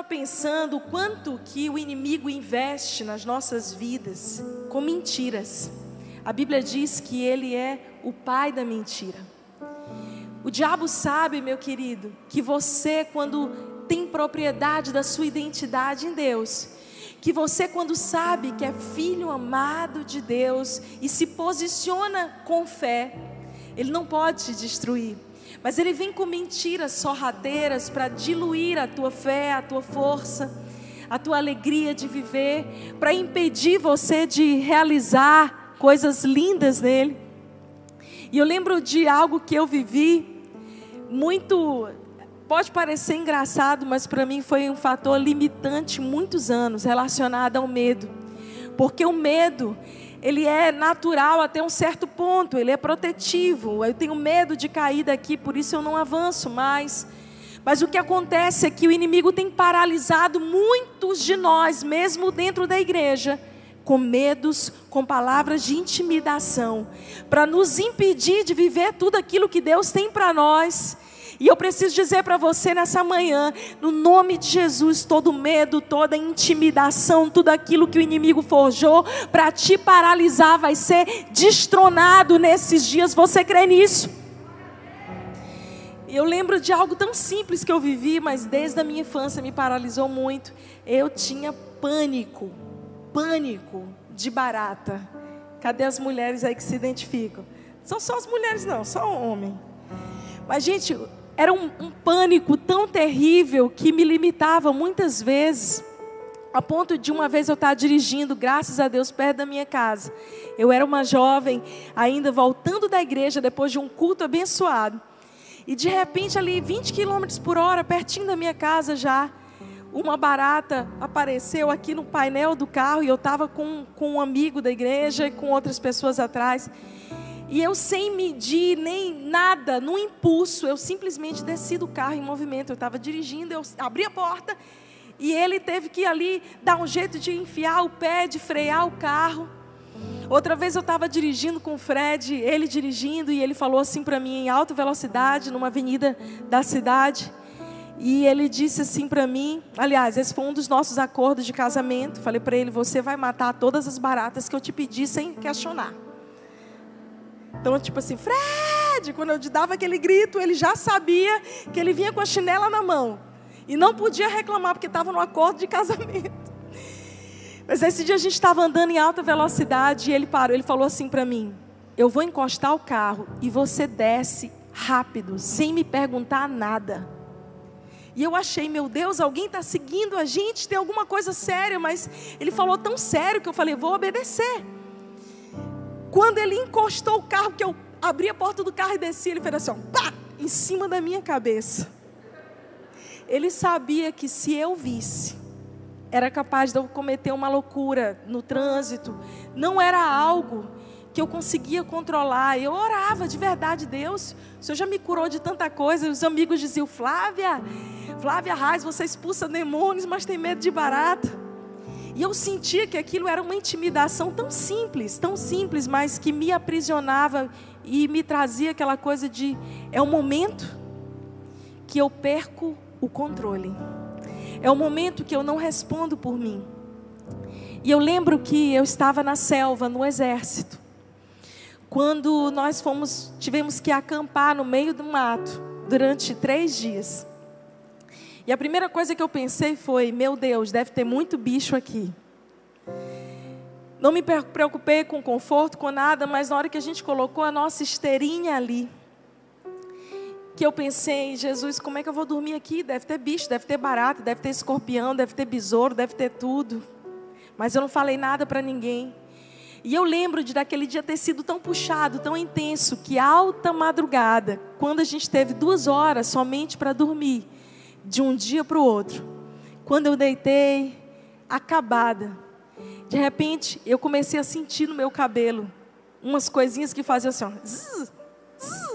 estava pensando o quanto que o inimigo investe nas nossas vidas com mentiras. A Bíblia diz que ele é o pai da mentira. O diabo sabe, meu querido, que você, quando tem propriedade da sua identidade em Deus, que você, quando sabe que é filho amado de Deus e se posiciona com fé, ele não pode te destruir. Mas ele vem com mentiras sorrateiras para diluir a tua fé, a tua força, a tua alegria de viver, para impedir você de realizar coisas lindas nele. E eu lembro de algo que eu vivi, muito, pode parecer engraçado, mas para mim foi um fator limitante muitos anos, relacionado ao medo. Porque o medo, ele é natural até um certo ponto, ele é protetivo. Eu tenho medo de cair daqui, por isso eu não avanço mais. Mas o que acontece é que o inimigo tem paralisado muitos de nós, mesmo dentro da igreja, com medos, com palavras de intimidação, para nos impedir de viver tudo aquilo que Deus tem para nós. E eu preciso dizer para você nessa manhã, no nome de Jesus, todo medo, toda intimidação, tudo aquilo que o inimigo forjou para te paralisar vai ser destronado nesses dias. Você crê nisso? Eu lembro de algo tão simples que eu vivi, mas desde a minha infância me paralisou muito. Eu tinha pânico de barata. Cadê as mulheres aí que se identificam? São só as mulheres não, só o homem. Mas gente, era um pânico tão terrível que me limitava muitas vezes, a ponto de uma vez eu estar dirigindo, graças a Deus, perto da minha casa. Eu era uma jovem, ainda voltando da igreja, depois de um culto abençoado. E de repente ali, 20 km por hora, pertinho da minha casa já, uma barata apareceu aqui no painel do carro, e eu estava com um amigo da igreja e com outras pessoas atrás. E eu, sem medir nem nada, no impulso, eu simplesmente desci do carro em movimento. Eu estava dirigindo, eu abri a porta e ele teve que ali dar um jeito de enfiar o pé, de frear o carro. Outra vez eu estava dirigindo com o Fred, ele dirigindo, e ele falou assim para mim, em alta velocidade, numa avenida da cidade. E ele disse assim para mim, aliás, esse foi um dos nossos acordos de casamento. Falei para ele, você vai matar todas as baratas que eu te pedi sem questionar. Então, tipo assim, Fred, quando eu dava aquele grito, ele já sabia que ele vinha com a chinela na mão. E não podia reclamar, porque estava no acordo de casamento. Mas esse dia a gente estava andando em alta velocidade e ele parou. Ele falou assim para mim, eu vou encostar o carro e você desce rápido, sem me perguntar nada. E eu achei, meu Deus, alguém está seguindo a gente, tem alguma coisa séria. Mas ele falou tão sério que eu falei, vou obedecer. Quando ele encostou o carro, que eu abri a porta do carro e desci, ele fez assim, ó, pá, em cima da minha cabeça. Ele sabia que se eu visse, era capaz de eu cometer uma loucura no trânsito. Não era algo que eu conseguia controlar. Eu orava de verdade, Deus, o Senhor já me curou de tanta coisa. Os amigos diziam, Flávia Reis, você expulsa demônios, mas tem medo de barata. E eu sentia que aquilo era uma intimidação tão simples, mas que me aprisionava e me trazia aquela coisa de, é o momento que eu perco o controle. É o momento que eu não respondo por mim. E eu lembro que eu estava na selva, no exército, quando nós tivemos que acampar no meio do mato, durante 3 dias. E a primeira coisa que eu pensei foi, meu Deus, deve ter muito bicho aqui. Não me preocupei com conforto, com nada, mas na hora que a gente colocou a nossa esteirinha ali, que eu pensei, Jesus, como é que eu vou dormir aqui? Deve ter bicho, deve ter barata, deve ter escorpião, deve ter besouro, deve ter tudo. Mas eu não falei nada para ninguém. E eu lembro daquele dia ter sido tão puxado, tão intenso, que alta madrugada, quando a gente teve 2 horas somente para dormir, de um dia para o outro, quando eu deitei, acabada, de repente eu comecei a sentir no meu cabelo umas coisinhas que faziam assim, ó, zzz, zzz.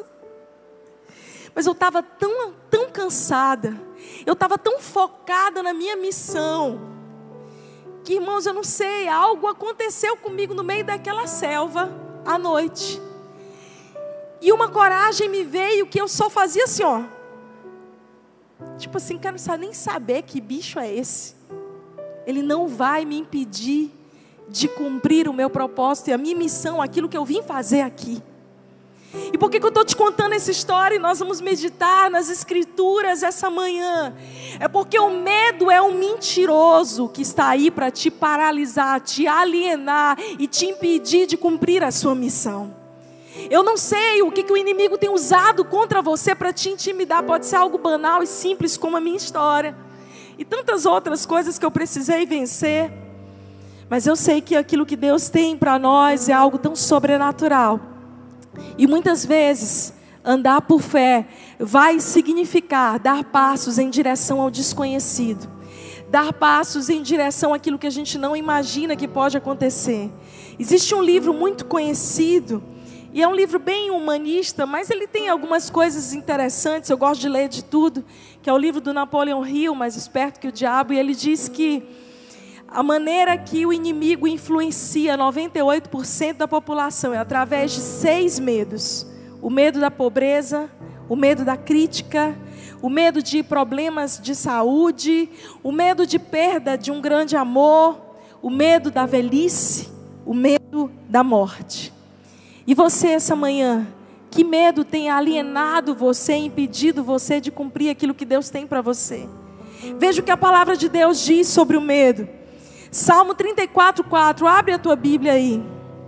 Mas eu estava tão cansada, eu estava tão focada na minha missão, que, irmãos, eu não sei, algo aconteceu comigo no meio daquela selva à noite, e uma coragem me veio que eu só fazia assim, ó, Tipo assim, quero nem saber que bicho é esse. Ele não vai me impedir de cumprir o meu propósito e a minha missão, aquilo que eu vim fazer aqui. E por que eu estou te contando essa história e nós vamos meditar nas Escrituras essa manhã? É porque o medo é um mentiroso que está aí para te paralisar, te alienar e te impedir de cumprir a sua missão. Eu não sei o que o inimigo tem usado contra você para te intimidar. Pode ser algo banal e simples como a minha história. E tantas outras coisas que eu precisei vencer. Mas eu sei que aquilo que Deus tem para nós é algo tão sobrenatural. E muitas vezes, andar por fé vai significar dar passos em direção ao desconhecido. Dar passos em direção àquilo que a gente não imagina que pode acontecer. Existe um livro muito conhecido, e é um livro bem humanista, mas ele tem algumas coisas interessantes, eu gosto de ler de tudo, que é o livro do Napoleon Hill, Mais Esperto que o Diabo, e ele diz que a maneira que o inimigo influencia 98% da população é através de 6 medos. O medo da pobreza, o medo da crítica, o medo de problemas de saúde, o medo de perda de um grande amor, o medo da velhice, o medo da morte. E você essa manhã, que medo tem alienado você, impedido você de cumprir aquilo que Deus tem para você? Veja o que a palavra de Deus diz sobre o medo. Salmo 34:4, abre a tua Bíblia aí.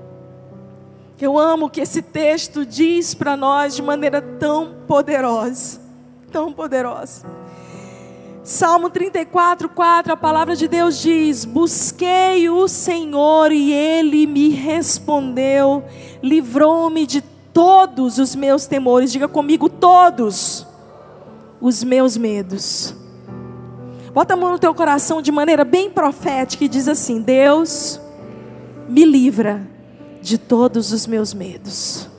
Eu amo que esse texto diz para nós de maneira tão poderosa. Tão poderosa. Salmo 34:4, a palavra de Deus diz: busquei o Senhor e Ele me respondeu, livrou-me de todos os meus temores. Diga comigo, todos os meus medos. Bota a mão no teu coração de maneira bem profética e diz assim: Deus me livra de todos os meus medos.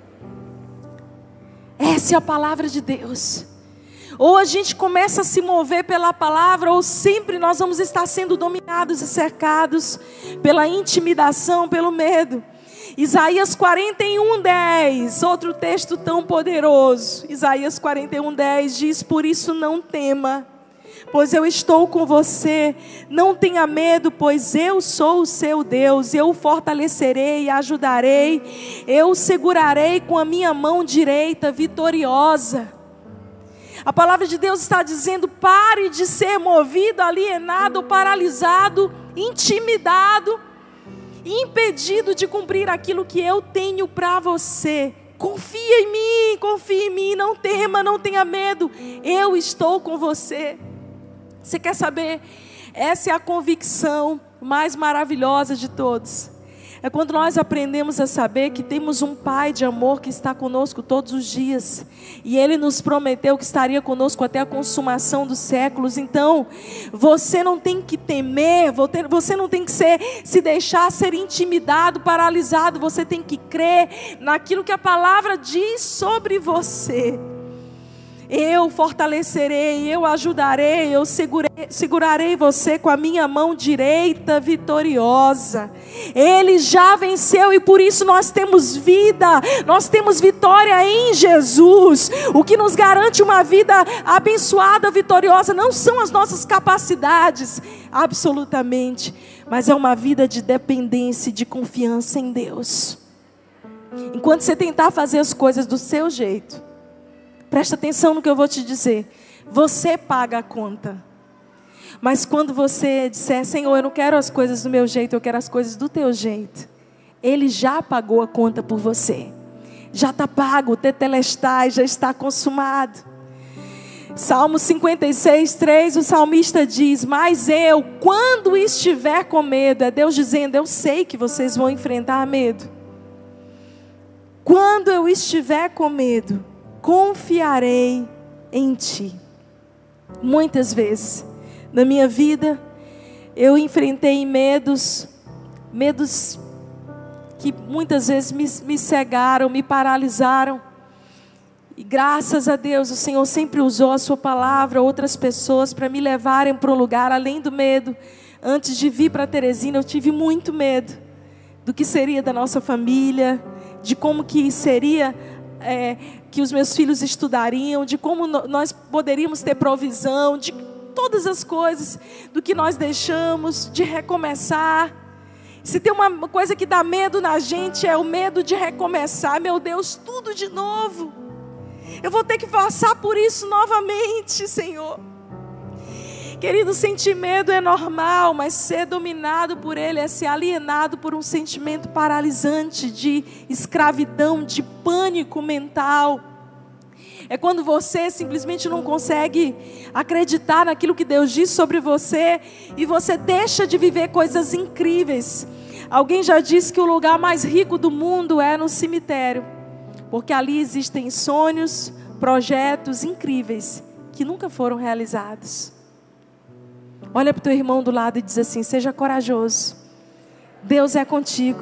Essa é a palavra de Deus. Ou a gente começa a se mover pela palavra, ou sempre nós vamos estar sendo dominados e cercados pela intimidação, pelo medo. Isaías 41:10, outro texto tão poderoso. Isaías 41:10 diz: por isso não tema, pois eu estou com você. Não tenha medo, pois eu sou o seu Deus. Eu o fortalecerei e ajudarei. Eu o segurarei com a minha mão direita vitoriosa. A palavra de Deus está dizendo: pare de ser movido, alienado, paralisado, intimidado, impedido de cumprir aquilo que eu tenho para você. Confia em mim, não tema, não tenha medo. Eu estou com você. Você quer saber? Essa é a convicção mais maravilhosa de todos. É quando nós aprendemos a saber que temos um Pai de amor que está conosco todos os dias. E Ele nos prometeu que estaria conosco até a consumação dos séculos. Então, você não tem que temer, você não tem que se deixar ser intimidado, paralisado. Você tem que crer naquilo que a palavra diz sobre você. Eu fortalecerei, eu ajudarei, eu segurarei você com a minha mão direita vitoriosa. Ele já venceu e por isso nós temos vida, nós temos vitória em Jesus. O que nos garante uma vida abençoada, vitoriosa, não são as nossas capacidades, absolutamente, mas é uma vida de dependência e de confiança em Deus. Enquanto você tentar fazer as coisas do seu jeito, presta atenção no que eu vou te dizer. Você paga a conta. Mas quando você disser: Senhor, eu não quero as coisas do meu jeito, eu quero as coisas do teu jeito, Ele já pagou a conta por você. Já está pago, o tetelestai já está consumado. Salmo 56:3, o salmista diz: mas eu, quando estiver com medo, é Deus dizendo: eu sei que vocês vão enfrentar medo. Quando eu estiver com medo, confiarei em ti. Muitas vezes na minha vida eu enfrentei medos que muitas vezes me cegaram, me paralisaram. E graças a Deus o Senhor sempre usou a sua palavra, outras pessoas, para me levarem para um lugar além do medo. Antes de vir para Teresina, eu tive muito medo do que seria da nossa família, de como que seria que os meus filhos estudariam, de como nós poderíamos ter provisão, de todas as coisas, do que nós deixamos, de recomeçar. Se tem uma coisa que dá medo na gente, é o medo de recomeçar. Meu Deus, tudo de novo. Eu vou ter que passar por isso novamente, Senhor. Querido, sentir medo é normal, mas ser dominado por ele é ser alienado por um sentimento paralisante de escravidão, de pânico mental. É quando você simplesmente não consegue acreditar naquilo que Deus diz sobre você e você deixa de viver coisas incríveis. Alguém já disse que o lugar mais rico do mundo é no cemitério, porque ali existem sonhos, projetos incríveis que nunca foram realizados. Olha para o teu irmão do lado e diz assim: seja corajoso, Deus é contigo.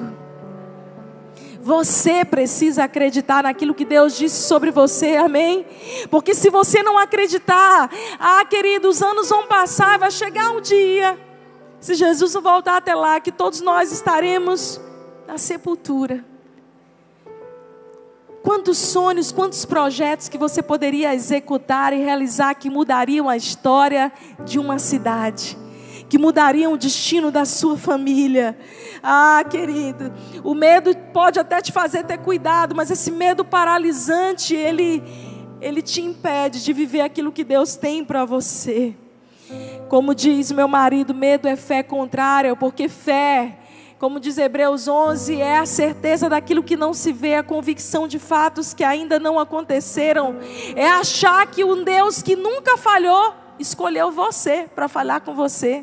Você precisa acreditar naquilo que Deus disse sobre você, amém? Porque se você não acreditar, querido, os anos vão passar, vai chegar um dia, se Jesus não voltar até lá, que todos nós estaremos na sepultura. Quantos sonhos, quantos projetos que você poderia executar e realizar que mudariam a história de uma cidade, que mudariam o destino da sua família. Querido, o medo pode até te fazer ter cuidado, mas esse medo paralisante, ele te impede de viver aquilo que Deus tem para você. Como diz meu marido, medo é fé contrária, porque fé, como diz Hebreus 11, é a certeza daquilo que não se vê, a convicção de fatos que ainda não aconteceram. É achar que um Deus que nunca falhou, escolheu você para falar com você.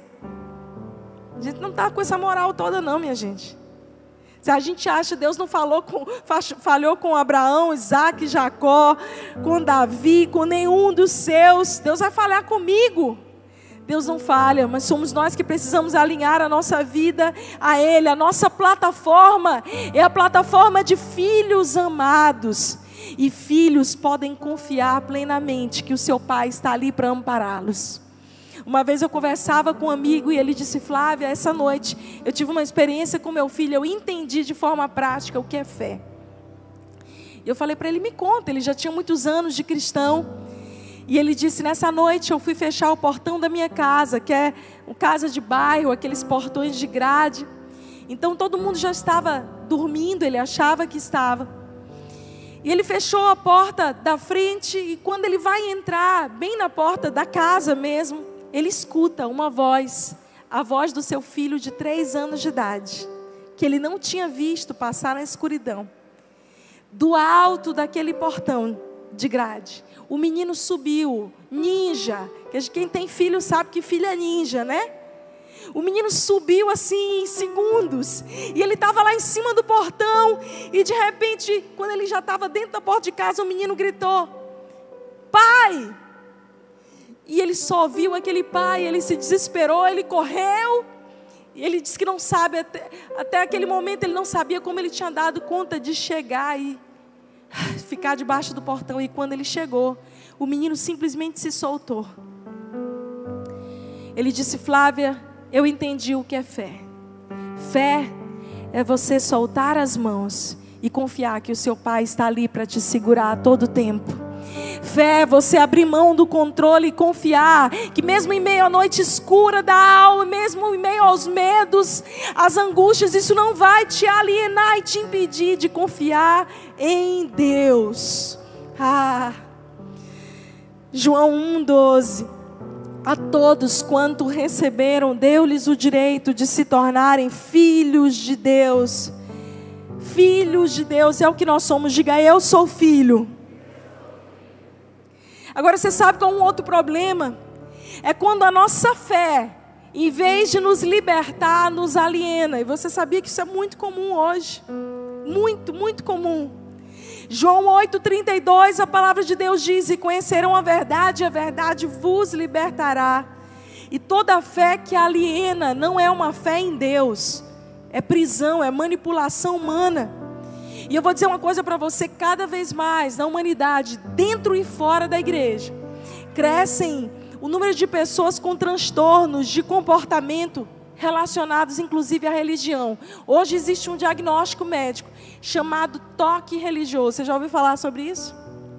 A gente não está com essa moral toda não, minha gente. Se a gente acha que Deus não falhou com Abraão, Isaac, Jacó, com Davi, com nenhum dos seus, Deus vai falhar comigo. Deus não falha, mas somos nós que precisamos alinhar a nossa vida a Ele. A nossa plataforma é a plataforma de filhos amados. E filhos podem confiar plenamente que o seu pai está ali para ampará-los. Uma vez eu conversava com um amigo e ele disse: Flávia, essa noite eu tive uma experiência com meu filho, eu entendi de forma prática o que é fé. Eu falei para ele: me conta. Ele já tinha muitos anos de cristão. E ele disse: nessa noite eu fui fechar o portão da minha casa, que é uma casa de bairro, aqueles portões de grade. Então todo mundo já estava dormindo, ele achava que estava. E ele fechou a porta da frente e quando ele vai entrar, bem na porta da casa mesmo, ele escuta uma voz, a voz do seu filho de 3 anos de idade, que ele não tinha visto passar na escuridão. Do alto daquele portão de grade, o menino subiu, ninja. Quem tem filho sabe que filho é ninja, né? O menino subiu assim em segundos. E ele estava lá em cima do portão. E de repente, quando ele já estava dentro da porta de casa, o menino gritou: pai! E ele só viu aquele pai, ele se desesperou, ele correu. E ele disse que não sabe, até aquele momento ele não sabia como ele tinha dado conta de chegar e ficar debaixo do portão. E quando ele chegou, o menino simplesmente se soltou. Ele disse: Flávia, eu entendi o que é fé. Fé é você soltar as mãos e confiar que o seu pai está ali para te segurar a todo tempo. Fé é você abrir mão do controle e confiar que mesmo em meio à noite escura da alma, mesmo em meio aos medos, às angústias, isso não vai te alienar e te impedir de confiar em Deus. João 1,12. A todos quanto receberam, deu-lhes o direito de se tornarem filhos de Deus. Filhos de Deus é o que nós somos. Diga: eu sou filho. Agora você sabe que é um outro problema. É quando a nossa fé, em vez de nos libertar, nos aliena. E você sabia que isso é muito comum hoje. Muito, muito comum. João 8,32, a palavra de Deus diz: e conhecerão a verdade vos libertará. E toda fé que aliena não é uma fé em Deus. É prisão, é manipulação humana. E eu vou dizer uma coisa para você: cada vez mais na humanidade, dentro e fora da igreja, crescem o número de pessoas com transtornos de comportamento relacionados inclusive à religião. Hoje existe um diagnóstico médico chamado toque religioso. Você já ouviu falar sobre isso?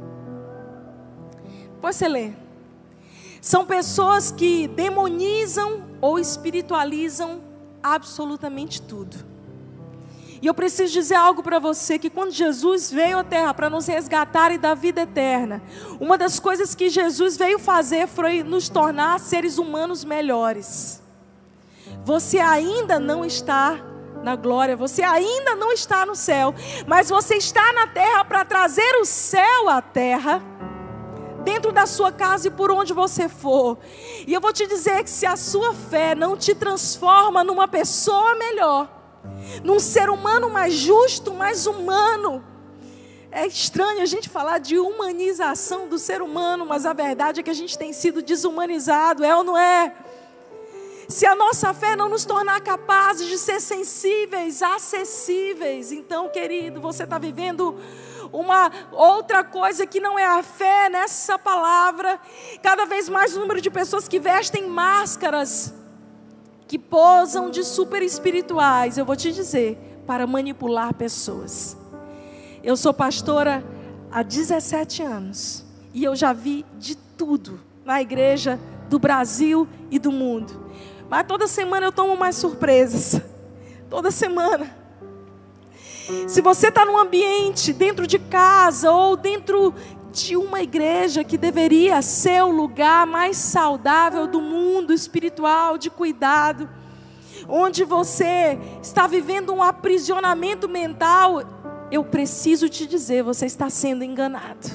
Depois você lê. São pessoas que demonizam ou espiritualizam absolutamente tudo. E eu preciso dizer algo para você, que quando Jesus veio à terra para nos resgatar e dar vida eterna, uma das coisas que Jesus veio fazer foi nos tornar seres humanos melhores. Você ainda não está na glória, você ainda não está no céu, mas você está na terra para trazer o céu à terra, dentro da sua casa e por onde você for. E eu vou te dizer que se a sua fé não te transforma numa pessoa melhor, num ser humano mais justo, mais humano. É estranho a gente falar de humanização do ser humano, mas a verdade é que a gente tem sido desumanizado, é ou não é? Se a nossa fé não nos tornar capazes de ser sensíveis, acessíveis, então, querido, você está vivendo uma outra coisa que não é a fé nessa palavra. Cada vez mais o número de pessoas que vestem máscaras, que posam de super espirituais, eu vou te dizer, para manipular pessoas. Eu sou pastora há 17 anos e eu já vi de tudo na igreja do Brasil e do mundo. Mas toda semana eu tomo mais surpresas. Toda semana. Se você está num ambiente dentro de casa ou dentro de uma igreja que deveria ser o lugar mais saudável do mundo espiritual, de cuidado, onde você está vivendo um aprisionamento mental, eu preciso te dizer, você está sendo enganado.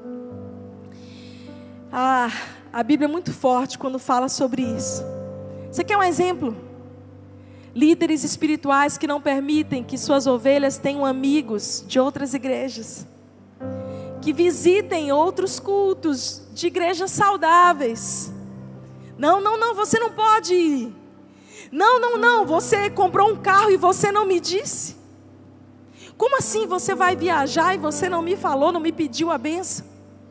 A Bíblia é muito forte quando fala sobre isso. Você quer um exemplo? Líderes espirituais que não permitem que suas ovelhas tenham amigos de outras igrejas, que visitem outros cultos de igrejas saudáveis. Não, você não pode ir. Não, você comprou um carro e você não me disse? Como assim você vai viajar e você não me falou, não me pediu a bênção?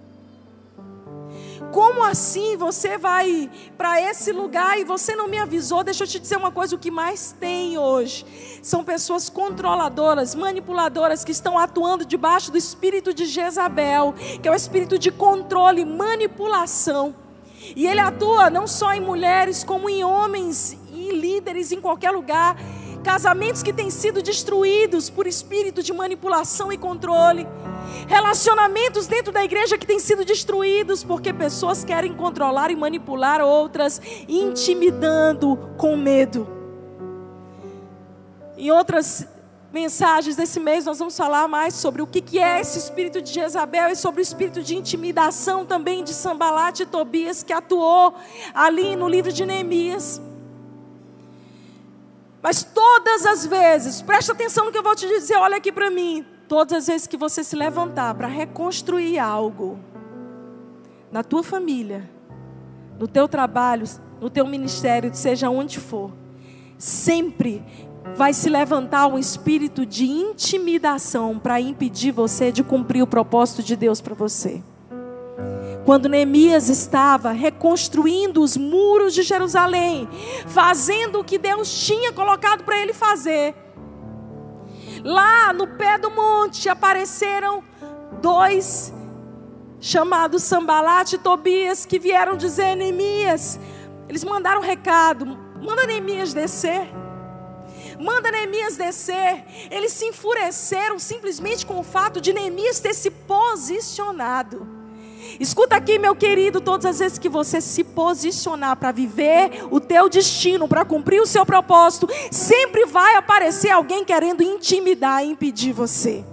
Como assim você vai para esse lugar e você não me avisou? Deixa eu te dizer uma coisa, o que mais tem hoje são pessoas controladoras, manipuladoras, que estão atuando debaixo do espírito de Jezabel, que é o espírito de controle, manipulação. E ele atua não só em mulheres, como em homens, em líderes, em qualquer lugar. Casamentos que têm sido destruídos por espírito de manipulação e controle. Relacionamentos dentro da igreja que têm sido destruídos porque pessoas querem controlar e manipular outras, intimidando com medo. Em outras mensagens desse mês nós vamos falar mais sobre o que é esse espírito de Jezabel e sobre o espírito de intimidação também de Sanbalat e Tobias, que atuou ali no livro de Neemias. Mas todas as vezes, presta atenção no que eu vou te dizer, olha aqui para mim. Todas as vezes que você se levantar para reconstruir algo, na tua família, no teu trabalho, no teu ministério, seja onde for, sempre vai se levantar um espírito de intimidação para impedir você de cumprir o propósito de Deus para você. Quando Neemias estava reconstruindo os muros de Jerusalém, fazendo o que Deus tinha colocado para ele fazer, lá no pé do monte apareceram dois chamados Sanbalat e Tobias, que vieram dizer: Neemias, eles mandaram um recado, manda Neemias descer. Manda Neemias descer. Eles se enfureceram simplesmente com o fato de Neemias ter se posicionado. Escuta aqui, meu querido, todas as vezes que você se posicionar para viver o teu destino, para cumprir o seu propósito, sempre vai aparecer alguém querendo intimidar e impedir você.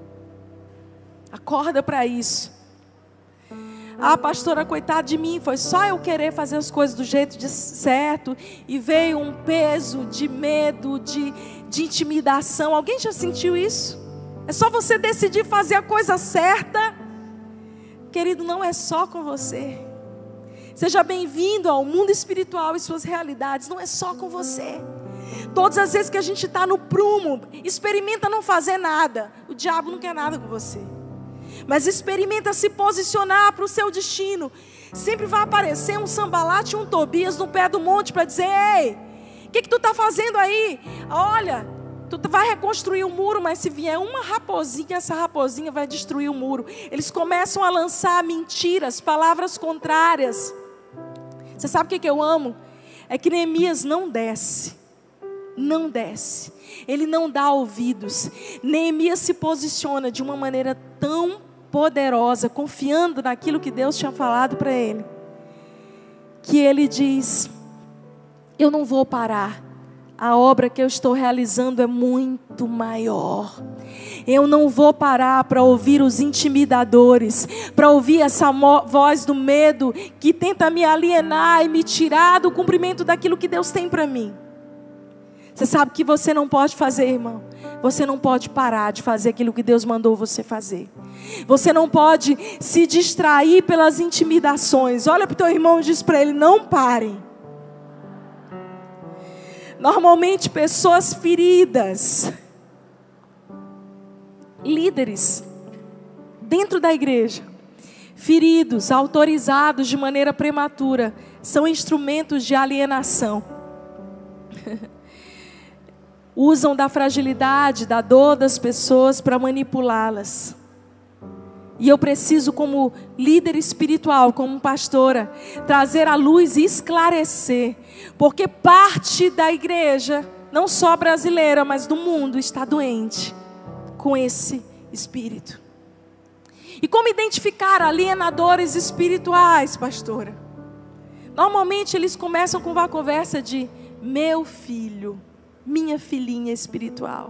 Acorda para isso. Pastora, coitado de mim, foi só eu querer fazer as coisas do jeito certo e veio um peso de medo, de intimidação. Alguém já sentiu isso? É só você decidir fazer a coisa certa. Querido, não é só com você. Seja bem-vindo ao mundo espiritual e suas realidades. Não é só com você. Todas as vezes que a gente está no prumo, experimenta não fazer nada. O diabo não quer nada com você. Mas experimenta se posicionar para o seu destino. Sempre vai aparecer um Sanbalat e um Tobias no pé do monte para dizer: ei, o que tu está fazendo aí? Olha, tu vai reconstruir o muro, mas se vier uma raposinha, essa raposinha vai destruir o muro. Eles começam a lançar mentiras, palavras contrárias. Você sabe o que eu amo? É que Neemias não desce. Não desce. Ele não dá ouvidos. Neemias se posiciona de uma maneira tão poderosa, confiando naquilo que Deus tinha falado para ele, que ele diz: eu não vou parar. A obra que eu estou realizando é muito maior. Eu não vou parar para ouvir os intimidadores, para ouvir essa voz do medo que tenta me alienar e me tirar do cumprimento daquilo que Deus tem para mim. Você sabe que você não pode fazer, irmão. Você não pode parar de fazer aquilo que Deus mandou você fazer. Você não pode se distrair pelas intimidações. Olha para o teu irmão e diz para ele: não parem. Normalmente pessoas feridas, líderes dentro da igreja, feridos, autorizados de maneira prematura, são instrumentos de alienação. Usam da fragilidade, da dor das pessoas para manipulá-las. E eu preciso, como líder espiritual, como pastora, trazer à luz e esclarecer. Porque parte da igreja, não só brasileira, mas do mundo, está doente com esse espírito. E como identificar alienadores espirituais, pastora? Normalmente eles começam com uma conversa de: meu filho, minha filhinha espiritual.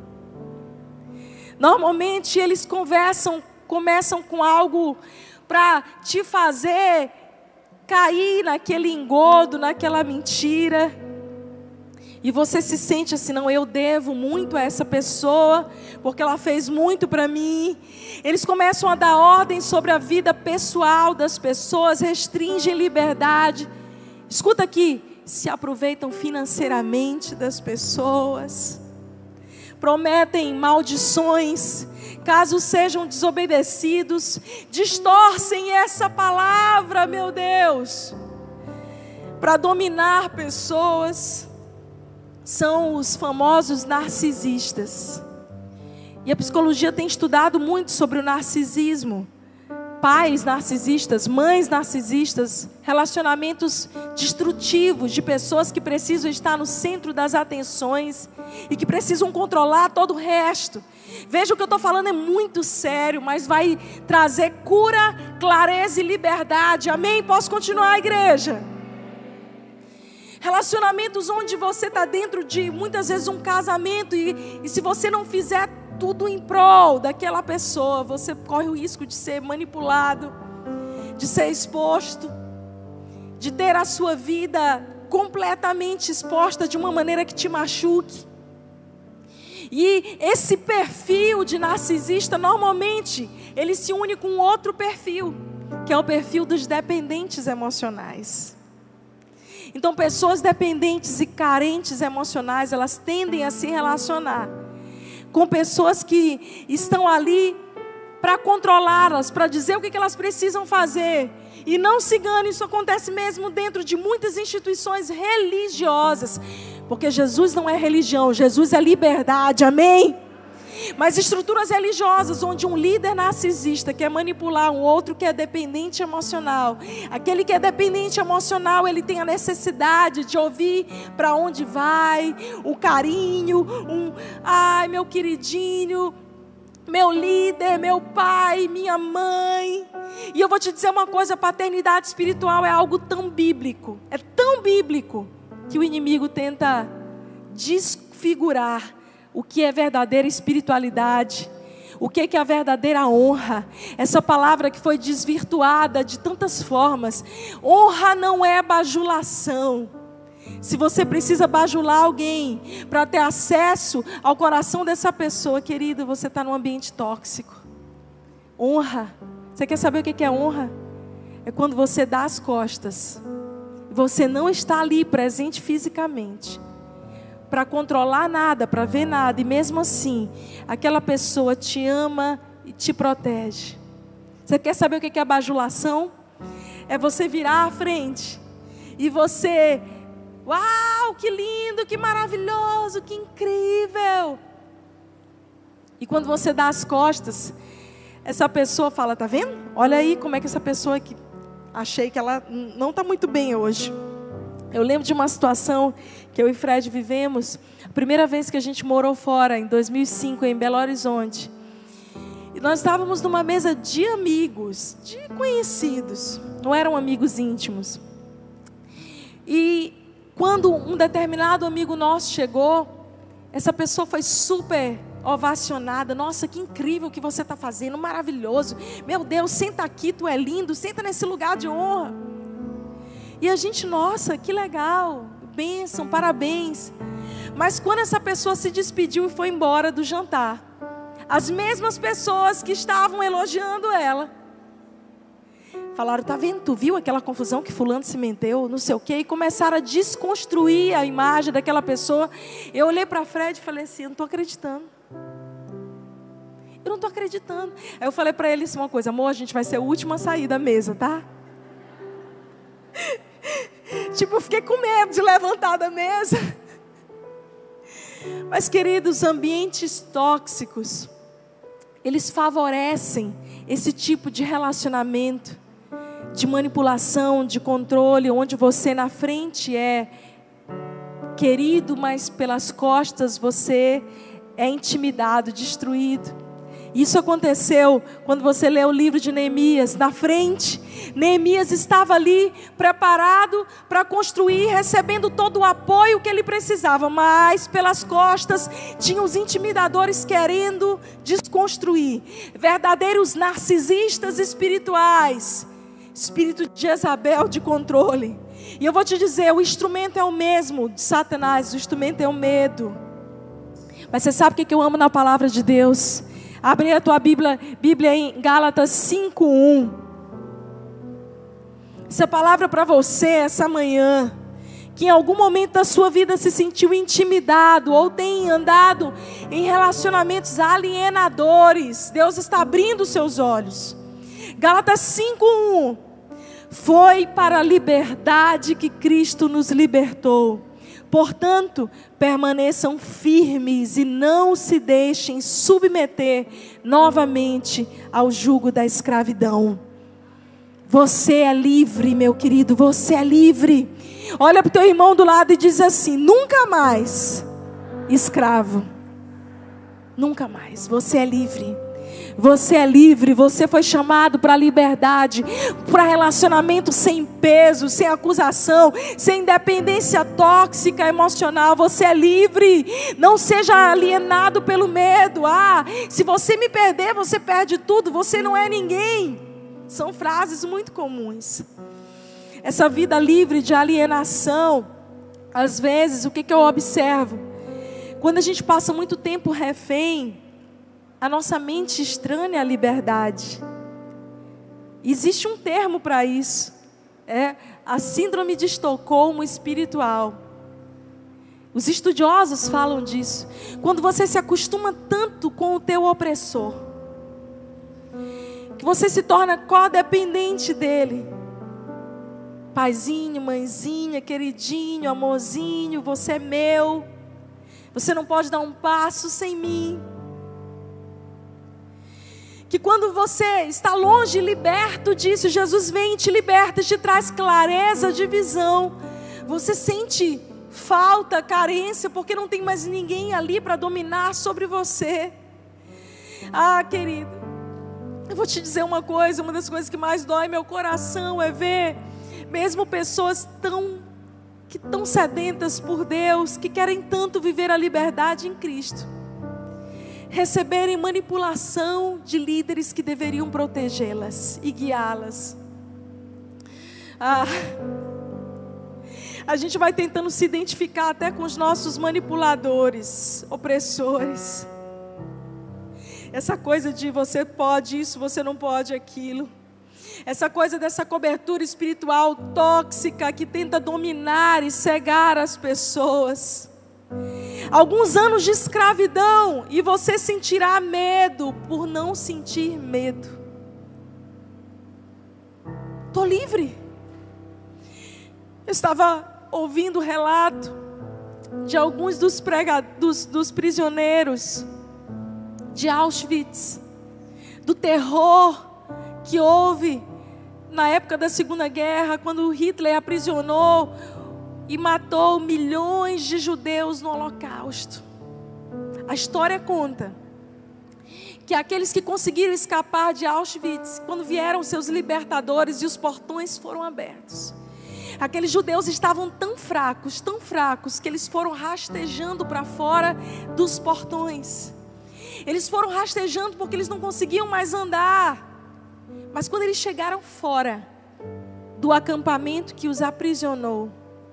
Normalmente eles começam com algo para te fazer cair naquele engodo, naquela mentira. E você se sente assim: não, eu devo muito a essa pessoa, porque ela fez muito para mim. Eles começam a dar ordem sobre a vida pessoal das pessoas, restringem liberdade. Escuta aqui, se aproveitam financeiramente das pessoas. Prometem maldições, caso sejam desobedecidos, distorcem essa palavra, meu Deus, para dominar pessoas. São os famosos narcisistas. E a psicologia tem estudado muito sobre o narcisismo. Pais narcisistas, mães narcisistas, relacionamentos destrutivos de pessoas que precisam estar no centro das atenções e que precisam controlar todo o resto. Veja, o que eu estou falando é muito sério, mas vai trazer cura, clareza e liberdade. Amém? Posso continuar, igreja? Relacionamentos onde você está dentro de, muitas vezes, um casamento e se você não fizer tudo em prol daquela pessoa, você corre o risco de ser manipulado, de ser exposto, de ter a sua vida completamente exposta de uma maneira que te machuque. E esse perfil de narcisista, normalmente, ele se une com outro perfil, que é o perfil dos dependentes emocionais. Então, pessoas dependentes e carentes emocionais, elas tendem a se relacionar com pessoas que estão ali para controlá-las, para dizer o que elas precisam fazer. E não se engane, isso acontece mesmo dentro de muitas instituições religiosas. Porque Jesus não é religião, Jesus é liberdade, amém? Mas estruturas religiosas onde um líder narcisista quer manipular um outro que é dependente emocional. Aquele que é dependente emocional, ele tem a necessidade de ouvir para onde vai, o carinho, ai meu queridinho, meu líder, meu pai, minha mãe. E eu vou te dizer uma coisa, a paternidade espiritual é algo tão bíblico, é tão bíblico, que o inimigo tenta desfigurar o que é verdadeira espiritualidade, o que é a verdadeira honra. Essa palavra que foi desvirtuada de tantas formas. Honra não é bajulação. Se você precisa bajular alguém para ter acesso ao coração dessa pessoa, querido, você está num ambiente tóxico. Honra, você quer saber o que é honra? É quando você dá as costas, você não está ali presente fisicamente, para controlar nada, para ver nada, e mesmo assim, aquela pessoa te ama e te protege. Você quer saber o que é bajulação? É você virar à frente e você Uau, que lindo, que maravilhoso, que incrível. E quando você dá as costas, essa pessoa fala, tá vendo? Olha aí como é que essa pessoa que achei que ela não está muito bem hoje. Eu lembro de uma situação que eu e Fred vivemos, a primeira vez que a gente morou fora, em 2005, em Belo Horizonte. E nós estávamos numa mesa de amigos, de conhecidos, não eram amigos íntimos. E quando um determinado amigo nosso chegou, essa pessoa foi super ovacionada. Nossa, que incrível o que você está fazendo, maravilhoso. Meu Deus, senta aqui, tu é lindo, senta nesse lugar de honra. E a gente, nossa, que legal, bênção, parabéns. Mas quando essa pessoa se despediu e foi embora do jantar, as mesmas pessoas que estavam elogiando ela falaram, tá vendo, tu viu aquela confusão que fulano se meteu, não sei o quê, e começaram a desconstruir a imagem daquela pessoa. Eu olhei para Fred e falei assim, eu não estou acreditando. Eu não estou acreditando. Aí eu falei para ele assim, uma coisa, amor, a gente vai ser o último a sair da mesa, tá? Tipo, eu fiquei com medo de levantar da mesa. Mas, queridos, ambientes tóxicos, eles favorecem esse tipo de relacionamento, de manipulação, de controle, onde você na frente é querido, mas pelas costas você é intimidado, destruído. Isso aconteceu quando você lê o livro de Neemias. Na frente, Neemias estava ali preparado para construir, recebendo todo o apoio que ele precisava, mas pelas costas tinha os intimidadores querendo desconstruir, verdadeiros narcisistas espirituais, espírito de Jezabel, de controle. E eu vou te dizer, o instrumento é o mesmo de Satanás, o instrumento é o medo. Mas você sabe o que eu amo na palavra de Deus? Abre a tua Bíblia em Gálatas 5:1. Essa palavra para você essa manhã, que em algum momento da sua vida se sentiu intimidado, ou tem andado em relacionamentos alienadores. Deus está abrindo os seus olhos. Gálatas 5:1. Foi para a liberdade que Cristo nos libertou. Portanto, permaneçam firmes e não se deixem submeter novamente ao jugo da escravidão. Você é livre, meu querido, você é livre. Olha para o teu irmão do lado e diz assim, nunca mais escravo. Nunca mais, você é livre. Você é livre, você foi chamado para a liberdade, para relacionamento sem peso, sem acusação, sem dependência tóxica emocional. Você é livre, não seja alienado pelo medo. Se você me perder, você perde tudo, você não é ninguém. São frases muito comuns. Essa vida livre de alienação, às vezes, o que eu observo? Quando a gente passa muito tempo refém, a nossa mente estranha a liberdade. Existe um termo para isso. É a síndrome de Estocolmo espiritual. Os estudiosos falam disso. Quando você se acostuma tanto com o teu opressor, que você se torna codependente dele. Paizinho, mãezinha, queridinho, amorzinho, você é meu. Você não pode dar um passo sem mim. Que quando você está longe, liberto disso, Jesus vem e te liberta, e te traz clareza de visão. Você sente falta, carência, porque não tem mais ninguém ali para dominar sobre você. Querido, eu vou te dizer uma coisa, uma das coisas que mais dói meu coração é ver mesmo pessoas tão sedentas por Deus, que querem tanto viver a liberdade em Cristo, receberem manipulação de líderes que deveriam protegê-las e guiá-las. A gente vai tentando se identificar até com os nossos manipuladores, opressores. Essa coisa de você pode isso, você não pode aquilo. Essa coisa dessa cobertura espiritual tóxica que tenta dominar e cegar as pessoas. Alguns anos de escravidão e você sentirá medo por não sentir medo. Estou livre. Eu estava ouvindo o relato de alguns dos prisioneiros de Auschwitz, do terror que houve na época da Segunda Guerra, quando Hitler aprisionou e matou milhões de judeus no Holocausto. A história conta que aqueles que conseguiram escapar de Auschwitz, quando vieram seus libertadores e os portões foram abertos, aqueles judeus estavam tão fracos, que eles foram rastejando para fora dos portões. Eles foram rastejando porque eles não conseguiam mais andar. Mas quando eles chegaram fora do acampamento que os aprisionou,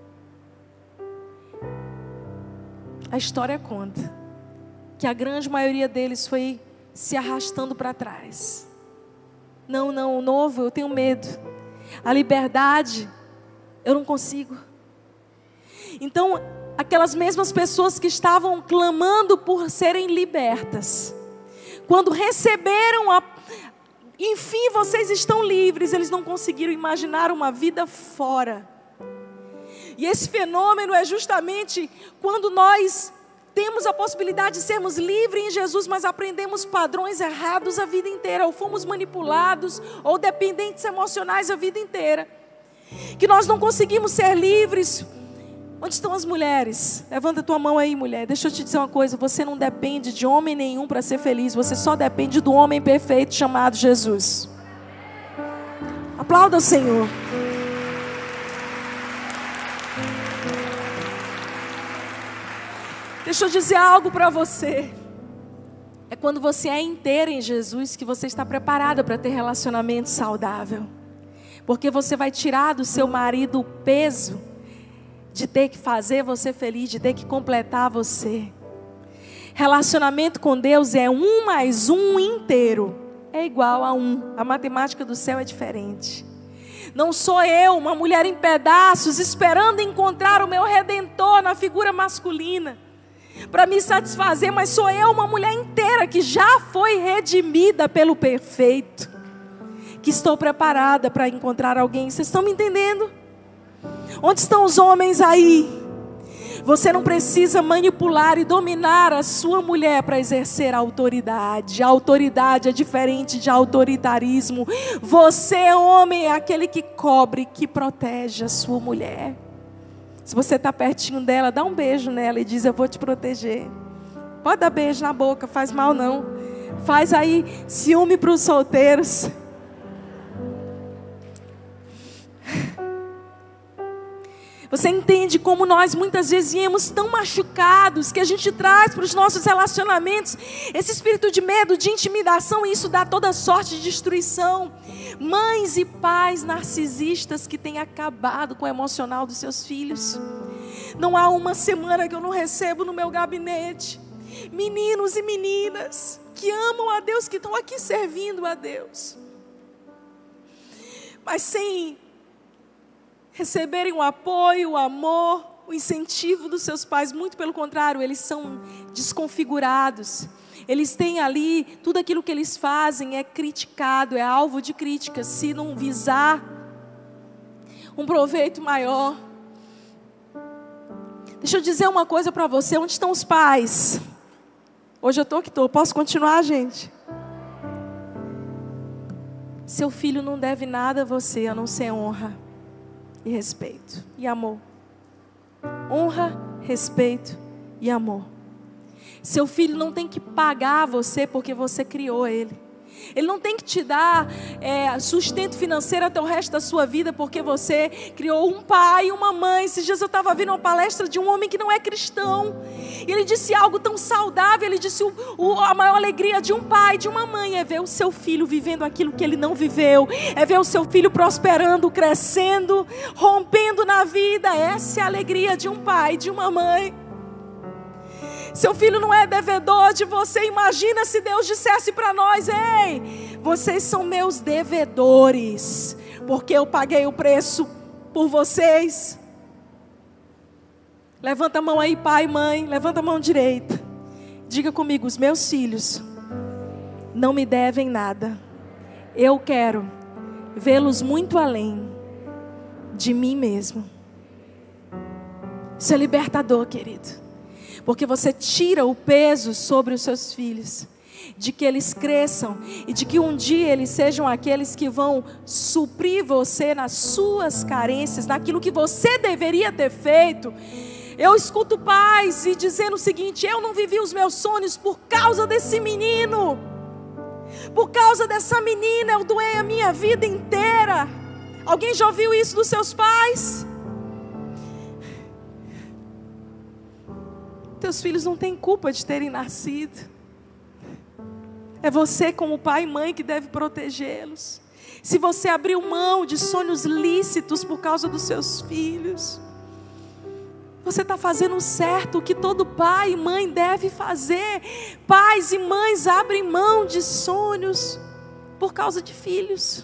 a história conta que a grande maioria deles foi se arrastando para trás. Não, o novo, eu tenho medo. A liberdade, eu não consigo. Então, aquelas mesmas pessoas que estavam clamando por serem libertas, quando receberam enfim, vocês estão livres, eles não conseguiram imaginar uma vida fora. E esse fenômeno é justamente quando nós temos a possibilidade de sermos livres em Jesus, mas aprendemos padrões errados a vida inteira, ou fomos manipulados, ou dependentes emocionais a vida inteira, que nós não conseguimos ser livres. Onde estão as mulheres? Levanta a tua mão aí, mulher. Deixa eu te dizer uma coisa, você não depende de homem nenhum para ser feliz, você só depende do homem perfeito chamado Jesus. Aplauda o Senhor. Deixa eu dizer algo para você. É quando você é inteira em Jesus que você está preparada para ter relacionamento saudável. Porque você vai tirar do seu marido o peso de ter que fazer você feliz, de ter que completar você. Relacionamento com Deus é 1 mais 1 inteiro é igual a 1. A matemática do céu é diferente. Não sou eu, uma mulher em pedaços, esperando encontrar o meu Redentor na figura masculina para me satisfazer, mas sou eu, uma mulher inteira que já foi redimida pelo perfeito, que estou preparada para encontrar alguém. Vocês estão me entendendo? Onde estão os homens aí? Você não precisa manipular e dominar a sua mulher para exercer a autoridade. A autoridade é diferente de autoritarismo. Você, homem, é aquele que cobre, que protege a sua mulher. Se você está pertinho dela, dá um beijo nela e diz: eu vou te proteger. Pode dar beijo na boca, faz mal não. Faz aí ciúme para os solteiros. Você entende como nós muitas vezes viemos tão machucados, que a gente traz para os nossos relacionamentos esse espírito de medo, de intimidação, e isso dá toda sorte de destruição. Mães e pais narcisistas que têm acabado com o emocional dos seus filhos. Não há uma semana que eu não recebo no meu gabinete meninos e meninas que amam a Deus, que estão aqui servindo a Deus, mas sem receberem o apoio, o amor, o incentivo dos seus pais. Muito pelo contrário, eles são desconfigurados. Eles têm ali, tudo aquilo que eles fazem é criticado, é alvo de crítica, se não visar um proveito maior. Deixa eu dizer uma coisa para você, onde estão os pais? Hoje eu estou que estou, posso continuar, gente? Seu filho não deve nada a você, a não ser honra e respeito e amor. Honra, respeito e amor. Seu filho não tem que pagar você porque você criou ele. Ele não tem que te dar sustento financeiro até o resto da sua vida porque você criou um pai e uma mãe. Esses dias eu estava vendo uma palestra de um homem que não é cristão. E ele disse algo tão saudável. Ele disse: a maior alegria de um pai, de uma mãe, é ver o seu filho vivendo aquilo que ele não viveu. É ver o seu filho prosperando, crescendo, rompendo na vida. Essa é a alegria de um pai, de uma mãe. Seu filho não é devedor de você. Imagina se Deus dissesse para nós: ei, vocês são meus devedores, porque eu paguei o preço por vocês. Levanta a mão aí, pai e mãe. Levanta a mão direita. Diga comigo: os meus filhos não me devem nada. Eu quero vê-los muito além de mim mesmo. Isso é libertador, querido. Porque você tira o peso sobre os seus filhos, de que eles cresçam e de que um dia eles sejam aqueles que vão suprir você nas suas carências, naquilo que você deveria ter feito. Eu escuto pais e dizendo o seguinte: eu não vivi os meus sonhos por causa desse menino, por causa dessa menina eu doei a minha vida inteira. Alguém já ouviu isso dos seus pais? Teus filhos não têm culpa de terem nascido. É você como pai e mãe que deve protegê-los. Se você abriu mão de sonhos lícitos por causa dos seus filhos, você está fazendo o certo, o que todo pai e mãe deve fazer. Pais e mães abrem mão de sonhos por causa de filhos.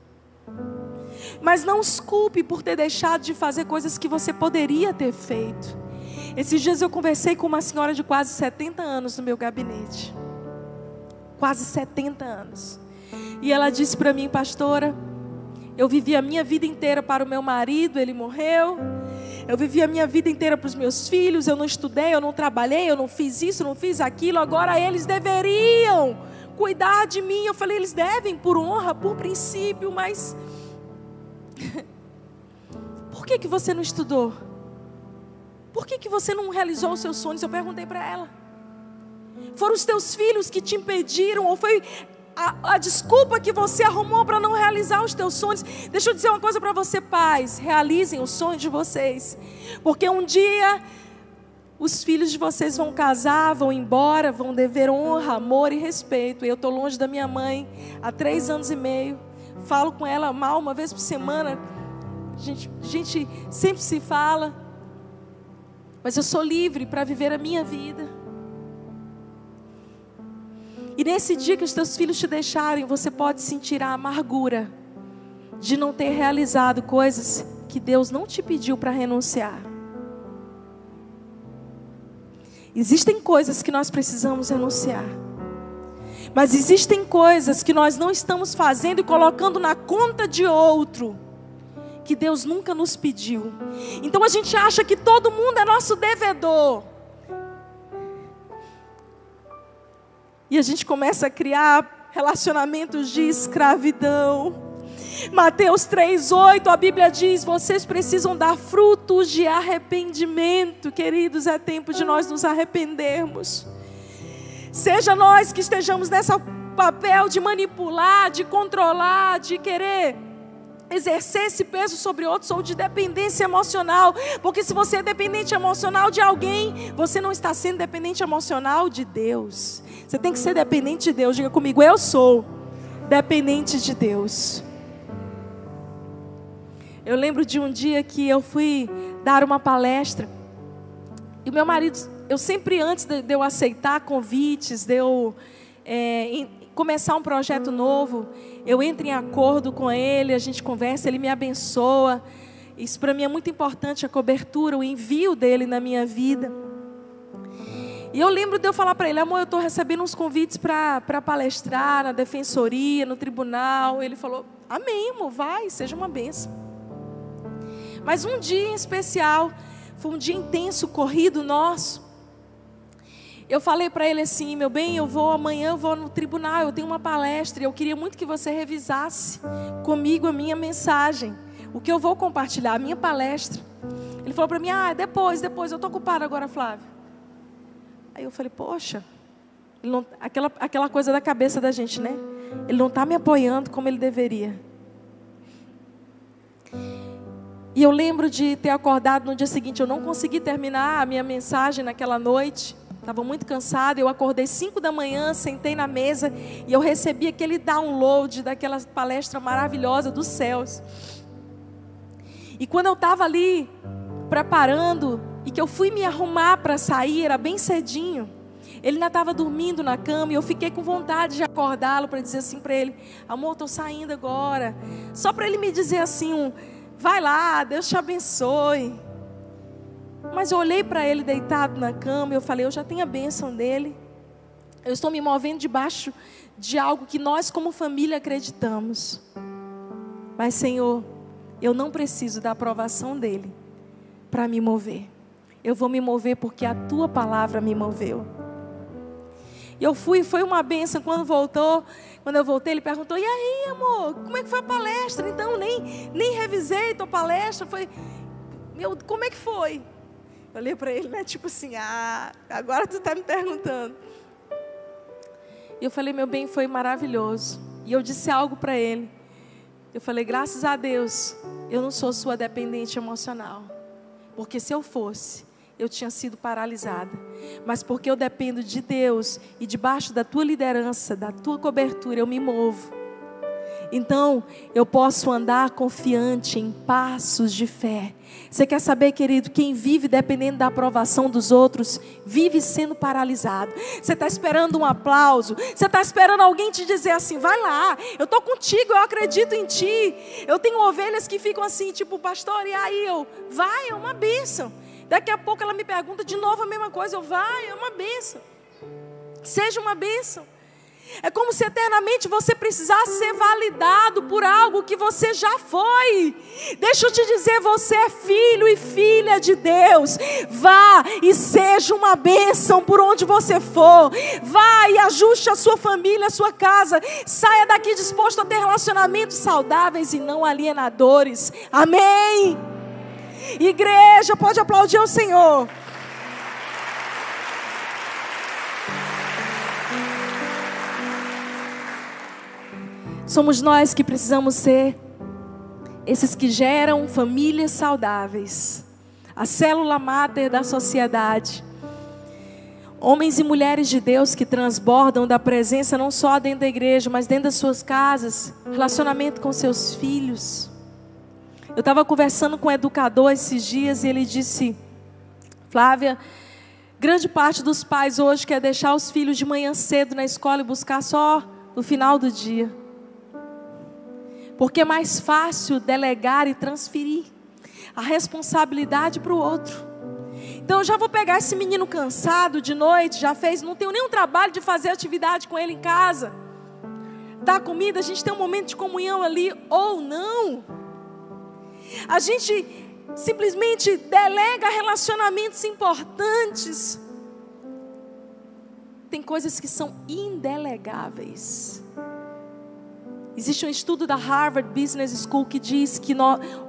Mas não os culpe por ter deixado de fazer coisas que você poderia ter feito. Esses dias eu conversei com uma senhora de quase 70 anos no meu gabinete. Quase 70 anos. E ela disse para mim: pastora, eu vivi a minha vida inteira para o meu marido, ele morreu. Eu vivi a minha vida inteira para os meus filhos, eu não estudei, eu não trabalhei, eu não fiz isso, não fiz aquilo. Agora eles deveriam cuidar de mim. Eu falei: eles devem por honra, por princípio, mas por que você não estudou? Por que você não realizou os seus sonhos? Eu perguntei para ela. Foram os teus filhos que te impediram? Ou foi a desculpa que você arrumou para não realizar os teus sonhos? Deixa eu dizer uma coisa para você, pais: realizem os sonhos de vocês. Porque um dia os filhos de vocês vão casar, vão embora, vão dever honra, amor e respeito. Eu estou longe da minha mãe há 3 anos e meio. Falo com ela mal uma vez por semana. A gente sempre se fala. Mas eu sou livre para viver a minha vida. E nesse dia que os teus filhos te deixarem, você pode sentir a amargura de não ter realizado coisas que Deus não te pediu para renunciar. Existem coisas que nós precisamos renunciar. Mas existem coisas que nós não estamos fazendo e colocando na conta de outro, que Deus nunca nos pediu. Então a gente acha que todo mundo é nosso devedor. E a gente começa a criar relacionamentos de escravidão. Mateus 3:8, a Bíblia diz: vocês precisam dar frutos de arrependimento. Queridos, é tempo de nós nos arrependermos. Seja nós que estejamos nesse papel de manipular, de controlar, de querer exercer esse peso sobre outros, ou de dependência emocional. Porque se você é dependente emocional de alguém, você não está sendo dependente emocional de Deus. Você tem que ser dependente de Deus. Diga comigo: eu sou dependente de Deus. Eu lembro de um dia que eu fui dar uma palestra. E o meu marido, eu sempre, antes de eu aceitar convites, de eu começar um projeto novo, eu entro em acordo com ele, a gente conversa, ele me abençoa. Isso para mim é muito importante, a cobertura, o envio dele na minha vida. E eu lembro de eu falar para ele: amor, eu estou recebendo uns convites para palestrar na defensoria, no tribunal. Ele falou: amém, amor, vai, seja uma bênção. Mas um dia em especial, foi um dia intenso, corrido nosso. Eu falei para ele assim: meu bem, amanhã eu vou no tribunal, eu tenho uma palestra, e eu queria muito que você revisasse comigo a minha mensagem, o que eu vou compartilhar, a minha palestra. Ele falou para mim: depois, eu estou ocupado agora, Flávio. Aí eu falei: poxa, ele não, aquela coisa da cabeça da gente, né? Ele não está me apoiando como ele deveria. E eu lembro de ter acordado no dia seguinte, eu não consegui terminar a minha mensagem naquela noite. Estava muito cansada, eu acordei 5 da manhã, sentei na mesa e eu recebi aquele download daquela palestra maravilhosa dos céus. E quando eu estava ali preparando e que eu fui me arrumar para sair, era bem cedinho, ele ainda estava dormindo na cama e eu fiquei com vontade de acordá-lo para dizer assim para ele: amor, estou saindo agora. Só para ele me dizer assim, vai lá, Deus te abençoe. Mas eu olhei para ele deitado na cama e eu falei: eu já tenho a bênção dele. Eu estou me movendo debaixo de algo que nós como família acreditamos. Mas Senhor, eu não preciso da aprovação dele para me mover. eu vou me mover porque a tua palavra me moveu. E eu fui, foi uma bênção. Quando eu voltei, ele perguntou: e aí, amor, como é que foi a palestra? Então, nem revisei tua palestra. Como é que foi? Eu olhei para ele, né, tipo assim, agora tu está me perguntando. E eu falei: meu bem, foi maravilhoso. E eu disse algo para ele. Eu falei: graças a Deus, eu não sou sua dependente emocional. Porque se eu fosse, eu tinha sido paralisada. Mas porque eu dependo de Deus e debaixo da tua liderança, da tua cobertura, eu me movo. Então, eu posso andar confiante em passos de fé. Você quer saber, querido, quem vive dependendo da aprovação dos outros, vive sendo paralisado. Você está esperando um aplauso, você está esperando alguém te dizer assim: vai lá, eu estou contigo, eu acredito em ti. Eu tenho ovelhas que ficam assim, tipo: pastor, e aí? Vai, é uma bênção. Daqui a pouco ela me pergunta de novo a mesma coisa, vai, é uma bênção. Seja uma bênção. É como se eternamente você precisasse ser validado por algo que você já foi. Deixa eu te dizer, você é filho e filha de Deus. Vá e seja uma bênção por onde você for. Vá e ajuste a sua família, a sua casa. Saia daqui disposto a ter relacionamentos saudáveis e não alienadores. Amém? Igreja, pode aplaudir ao Senhor. Somos nós que precisamos ser esses que geram famílias saudáveis, a célula máter da sociedade. Homens e mulheres de Deus que transbordam da presença não só dentro da igreja, mas dentro das suas casas, relacionamento com seus filhos. Eu estava conversando com um educador esses dias e ele disse: Flávia, grande parte dos pais hoje quer deixar os filhos de manhã cedo na escola e buscar só no final do dia. Porque é mais fácil delegar e transferir a responsabilidade para o outro. Então eu já vou pegar esse menino cansado de noite, não tenho nenhum trabalho de fazer atividade com ele em casa. Dar comida, a gente tem um momento de comunhão ali, ou não. A gente simplesmente delega relacionamentos importantes. Tem coisas que são indelegáveis. Existe um estudo da Harvard Business School que diz que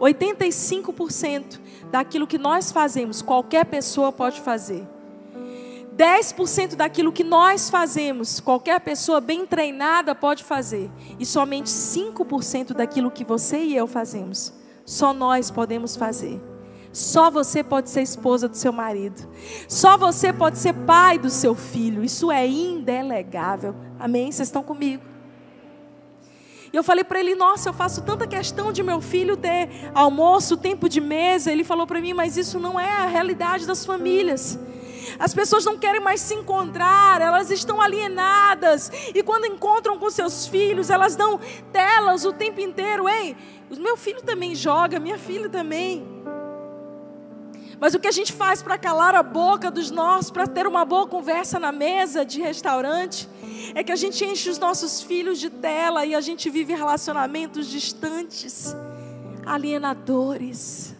85% daquilo que nós fazemos, qualquer pessoa pode fazer. 10% daquilo que nós fazemos, qualquer pessoa bem treinada pode fazer. E somente 5% daquilo que você e eu fazemos, só nós podemos fazer. Só você pode ser esposa do seu marido. Só você pode ser pai do seu filho. Isso é indelegável. Amém? Vocês estão comigo? E eu falei para ele: nossa, eu faço tanta questão de meu filho ter almoço, tempo de mesa. Ele falou para mim: mas isso não é a realidade das famílias. As pessoas não querem mais se encontrar, elas estão alienadas. E quando encontram com seus filhos, elas dão telas o tempo inteiro. Ei, o meu filho também joga, minha filha também. Mas o que a gente faz para calar a boca dos nossos, para ter uma boa conversa na mesa de restaurante, é que a gente enche os nossos filhos de tela e a gente vive relacionamentos distantes, alienadores.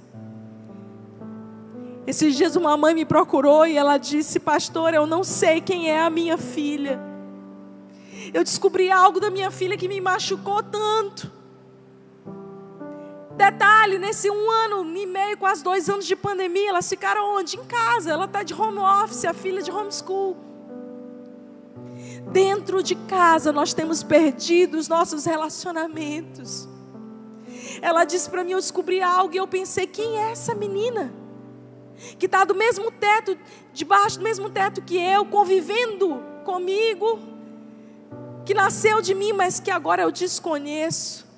Esses dias uma mãe me procurou e ela disse: pastor, eu não sei quem é a minha filha. Eu descobri algo da minha filha que me machucou tanto. Detalhe, nesse 1 ano e meio, quase 2 anos de pandemia, elas ficaram onde? Em casa. Ela está de home office, a filha de homeschool. Dentro de casa nós temos perdido os nossos relacionamentos. Ela disse para mim: eu descobri algo e eu pensei: quem é essa menina? Que está do mesmo teto, debaixo do mesmo teto que eu, convivendo comigo, que nasceu de mim, mas que agora eu desconheço.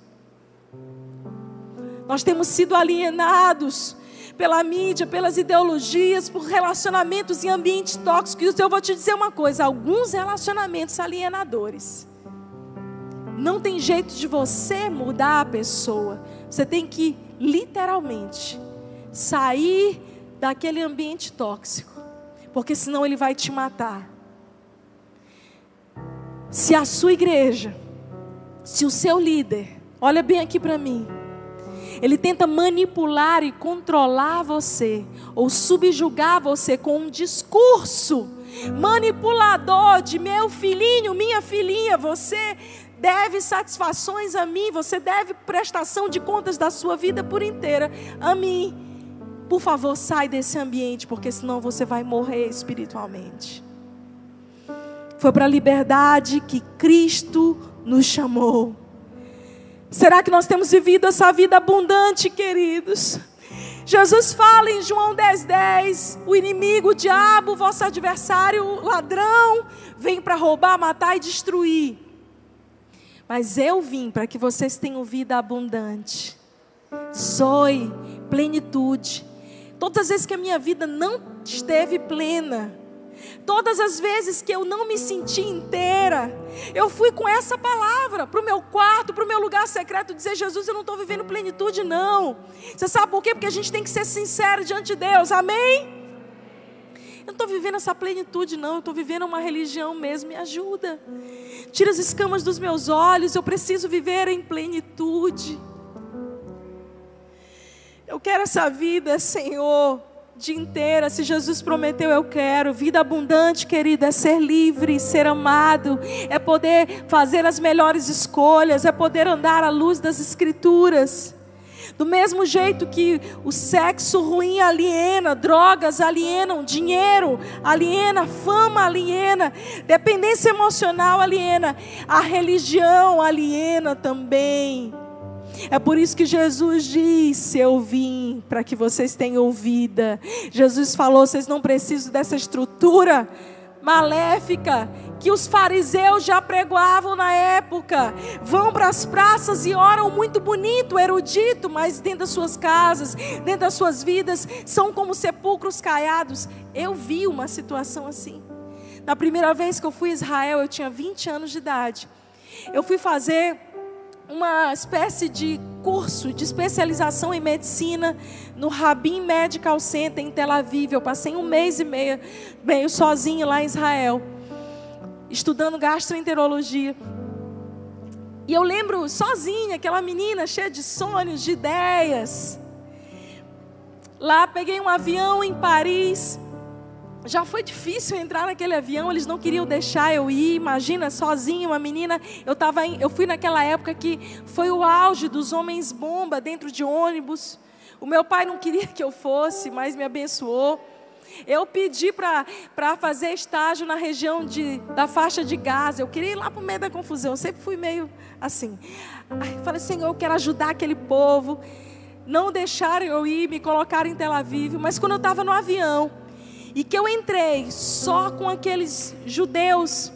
Nós temos sido alienados pela mídia, pelas ideologias, por relacionamentos em ambientes tóxicos. Eu vou te dizer uma coisa: alguns relacionamentos alienadores. Não tem jeito de você mudar a pessoa. Você tem que literalmente sair daquele ambiente tóxico, porque senão ele vai te matar. Se a sua igreja, se o seu líder, olha bem aqui para mim, Ele tenta manipular e controlar você, ou subjugar você com um discurso manipulador de meu filhinho, minha filhinha, você deve satisfações a mim, você deve prestação de contas da sua vida por inteira a mim. Por favor, sai desse ambiente, porque senão você vai morrer espiritualmente. Foi para a liberdade que Cristo nos chamou. Será que nós temos vivido essa vida abundante, queridos? Jesus fala em João 10:10, o inimigo, o diabo, vosso adversário, o ladrão, vem para roubar, matar e destruir. Mas eu vim para que vocês tenham vida abundante, zoe, plenitude. Todas as vezes que a minha vida não esteve plena, todas as vezes que eu não me senti inteira, eu fui com essa palavra para o meu quarto, para o meu lugar secreto, dizer: Jesus, eu não estou vivendo plenitude não. Você sabe por quê? Porque a gente tem que ser sincero diante de Deus, amém? Eu não estou vivendo essa plenitude não, eu estou vivendo uma religião mesmo, me ajuda. Tira as escamas dos meus olhos, eu preciso viver em plenitude. Eu quero essa vida, Senhor, de inteira. Se Jesus prometeu, eu quero. Vida abundante, querido, é ser livre, ser amado, é poder fazer as melhores escolhas, é poder andar à luz das Escrituras. Do mesmo jeito que o sexo ruim aliena, drogas alienam, dinheiro aliena, fama aliena, dependência emocional aliena, a religião aliena também. É por isso que Jesus disse: eu vim para que vocês tenham vida. Jesus falou: vocês não precisam dessa estrutura maléfica que os fariseus já pregoavam na época. Vão para as praças e oram muito bonito, erudito, mas dentro das suas casas, dentro das suas vidas, são como sepulcros caiados. Eu vi uma situação assim. Na primeira vez que eu fui a Israel, eu tinha 20 anos de idade. Eu fui fazer uma espécie de curso de especialização em medicina no Rabin Medical Center em Tel Aviv. Eu passei 1 mês e meio sozinho lá em Israel, estudando gastroenterologia. E eu lembro sozinha, aquela menina cheia de sonhos, de ideias. Lá peguei um avião em Paris. Já foi difícil entrar naquele avião, eles não queriam deixar eu ir. Imagina, sozinha, uma menina. Eu fui naquela época que foi o auge dos homens bomba dentro de ônibus. O meu pai não queria que eu fosse, mas me abençoou. Eu pedi para fazer estágio na região da faixa de Gaza. Eu queria ir lá para o meio da confusão, eu sempre fui meio assim. Falei: Senhor, eu quero ajudar aquele povo. Não deixaram eu ir, me colocaram em Tel Aviv. Mas quando eu estava no avião, e que eu entrei só com aqueles judeus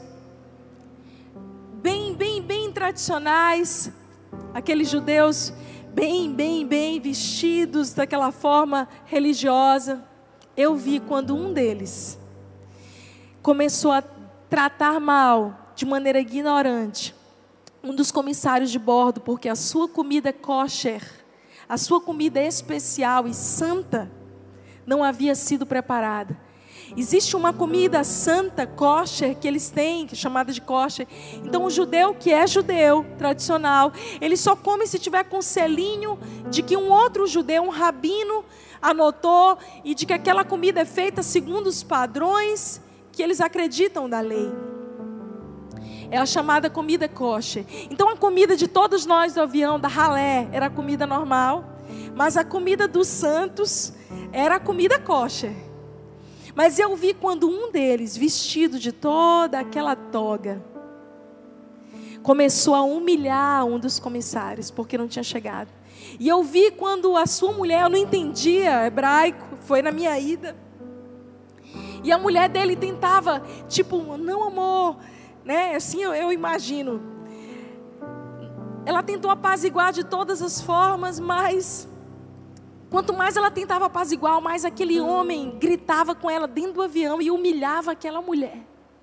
bem tradicionais, aqueles judeus bem vestidos daquela forma religiosa, eu vi quando um deles começou a tratar mal, de maneira ignorante, um dos comissários de bordo, porque a sua comida kosher, a sua comida especial e santa, não havia sido preparada. Existe uma comida santa, kosher, que eles têm, que é chamada de kosher. Então o judeu, que é judeu, tradicional, ele só come se tiver com selinho de que um outro judeu, um rabino, anotou, e de que aquela comida é feita segundo os padrões que eles acreditam da lei. É a chamada comida kosher. Então a comida de todos nós do avião, da ralé, era a comida normal, mas a comida dos santos era a comida kosher. Mas eu vi quando um deles, vestido de toda aquela toga, começou a humilhar um dos comissários, porque não tinha chegado. E eu vi quando a sua mulher, eu não entendia hebraico, foi na minha ida. E a mulher dele tentava, tipo, não amor, né? Assim eu imagino. Ela tentou apaziguar de todas as formas, mas quanto mais ela tentava apaziguar, mais aquele homem gritava com ela dentro do avião e humilhava aquela mulher.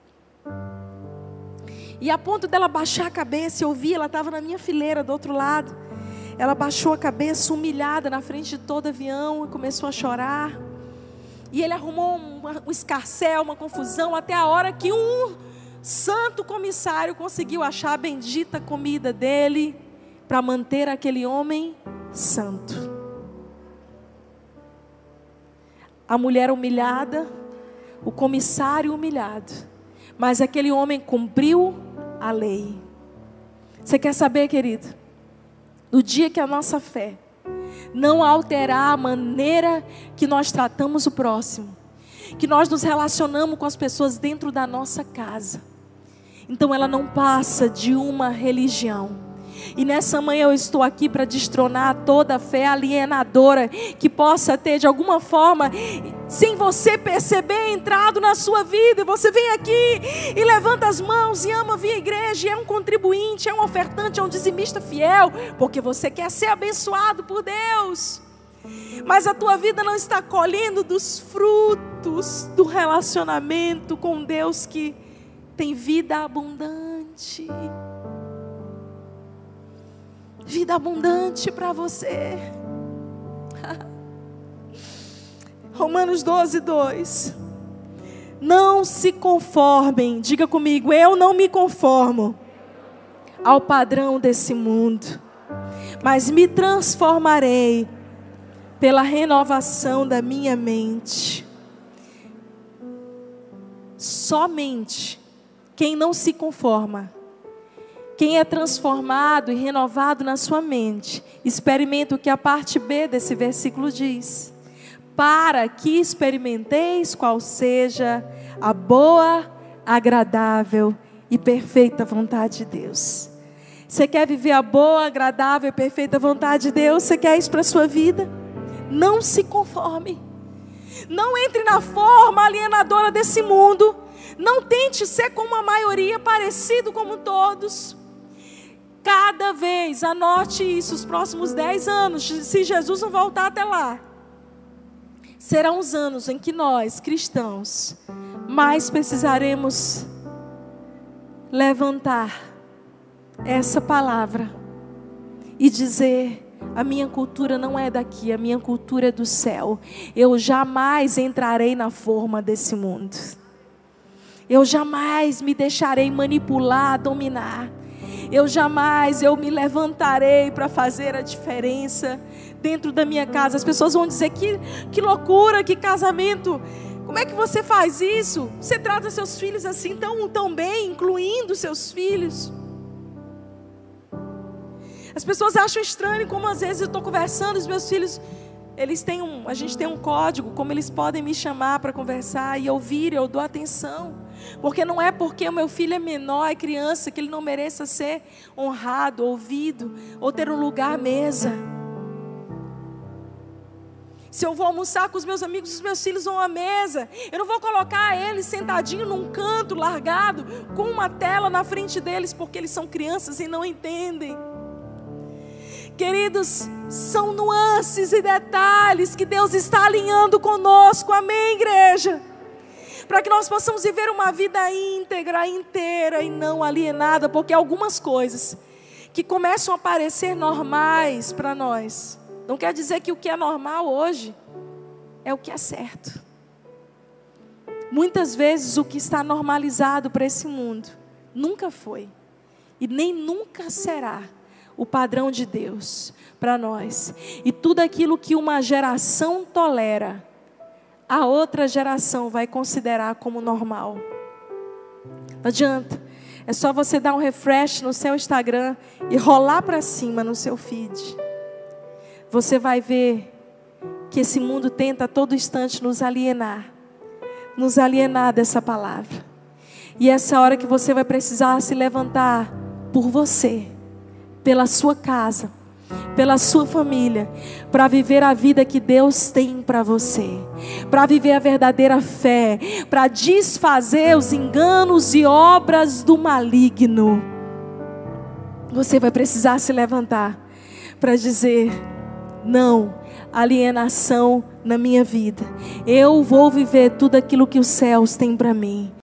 E a ponto dela baixar a cabeça, eu vi, ela estava na minha fileira do outro lado. Ela baixou a cabeça, humilhada, na frente de todo o avião, e começou a chorar. E ele arrumou um escarcéu, uma confusão, até a hora que um santo comissário conseguiu achar a bendita comida dele, para manter aquele homem santo. A mulher humilhada, o comissário humilhado, mas aquele homem cumpriu a lei. Você quer saber, querido? No dia que a nossa fé não alterar a maneira que nós tratamos o próximo, que nós nos relacionamos com as pessoas dentro da nossa casa, então ela não passa de uma religião. E nessa manhã eu estou aqui para destronar toda a fé alienadora que possa ter de alguma forma, sem você perceber, entrado na sua vida. E você vem aqui e levanta as mãos e ama vir à igreja, e é um contribuinte, é um ofertante, é um dizimista fiel, porque você quer ser abençoado por Deus. Mas a tua vida não está colhendo dos frutos do relacionamento com Deus que tem vida abundante. Vida abundante para você. Romanos 12:2. Não se conformem, diga comigo, eu não me conformo ao padrão desse mundo, mas me transformarei pela renovação da minha mente. Somente quem não se conforma, quem é transformado e renovado na sua mente, experimenta o que a parte B desse versículo diz: para que experimenteis qual seja a boa, agradável e perfeita vontade de Deus. Você quer viver a boa, agradável e perfeita vontade de Deus? Você quer isso para a sua vida? Não se conforme. Não entre na forma alienadora desse mundo. Não tente ser como a maioria, parecido como todos. Cada vez, anote isso, os próximos 10 anos, se Jesus não voltar até lá, serão os anos em que nós, cristãos, mais precisaremos levantar essa palavra e dizer: a minha cultura não é daqui, a minha cultura é do céu. Eu jamais entrarei na forma desse mundo. Eu jamais me deixarei manipular, dominar. Eu me levantarei para fazer a diferença dentro da minha casa. As pessoas vão dizer: que loucura, que casamento. Como é que você faz isso? Você trata seus filhos assim tão bem, incluindo seus filhos. As pessoas acham estranho como às vezes eu estou conversando, os meus filhos, a gente tem um código, como eles podem me chamar para conversar e ouvir, eu dou atenção. Porque não é porque o meu filho é menor, é criança, que ele não mereça ser honrado, ouvido, ou ter um lugar à mesa. Se eu vou almoçar com os meus amigos, os meus filhos vão à mesa. Eu não vou colocar eles sentadinhos num canto, largado, com uma tela na frente deles, porque eles são crianças e não entendem. Queridos, são nuances e detalhes que Deus está alinhando conosco, amém, igreja? Para que nós possamos viver uma vida íntegra, inteira e não alienada, porque algumas coisas que começam a parecer normais para nós, não quer dizer que o que é normal hoje é o que é certo. Muitas vezes o que está normalizado para esse mundo nunca foi e nem nunca será o padrão de Deus para nós. E tudo aquilo que uma geração tolera, a outra geração vai considerar como normal. Não adianta. É só você dar um refresh no seu Instagram e rolar para cima no seu feed. Você vai ver que esse mundo tenta a todo instante nos alienar dessa palavra. E essa hora que você vai precisar se levantar por você, pela sua casa, pela sua família, para viver a vida que Deus tem para você, para viver a verdadeira fé, para desfazer os enganos e obras do maligno. Você vai precisar se levantar para dizer: não, alienação na minha vida. Eu vou viver tudo aquilo que os céus têm para mim.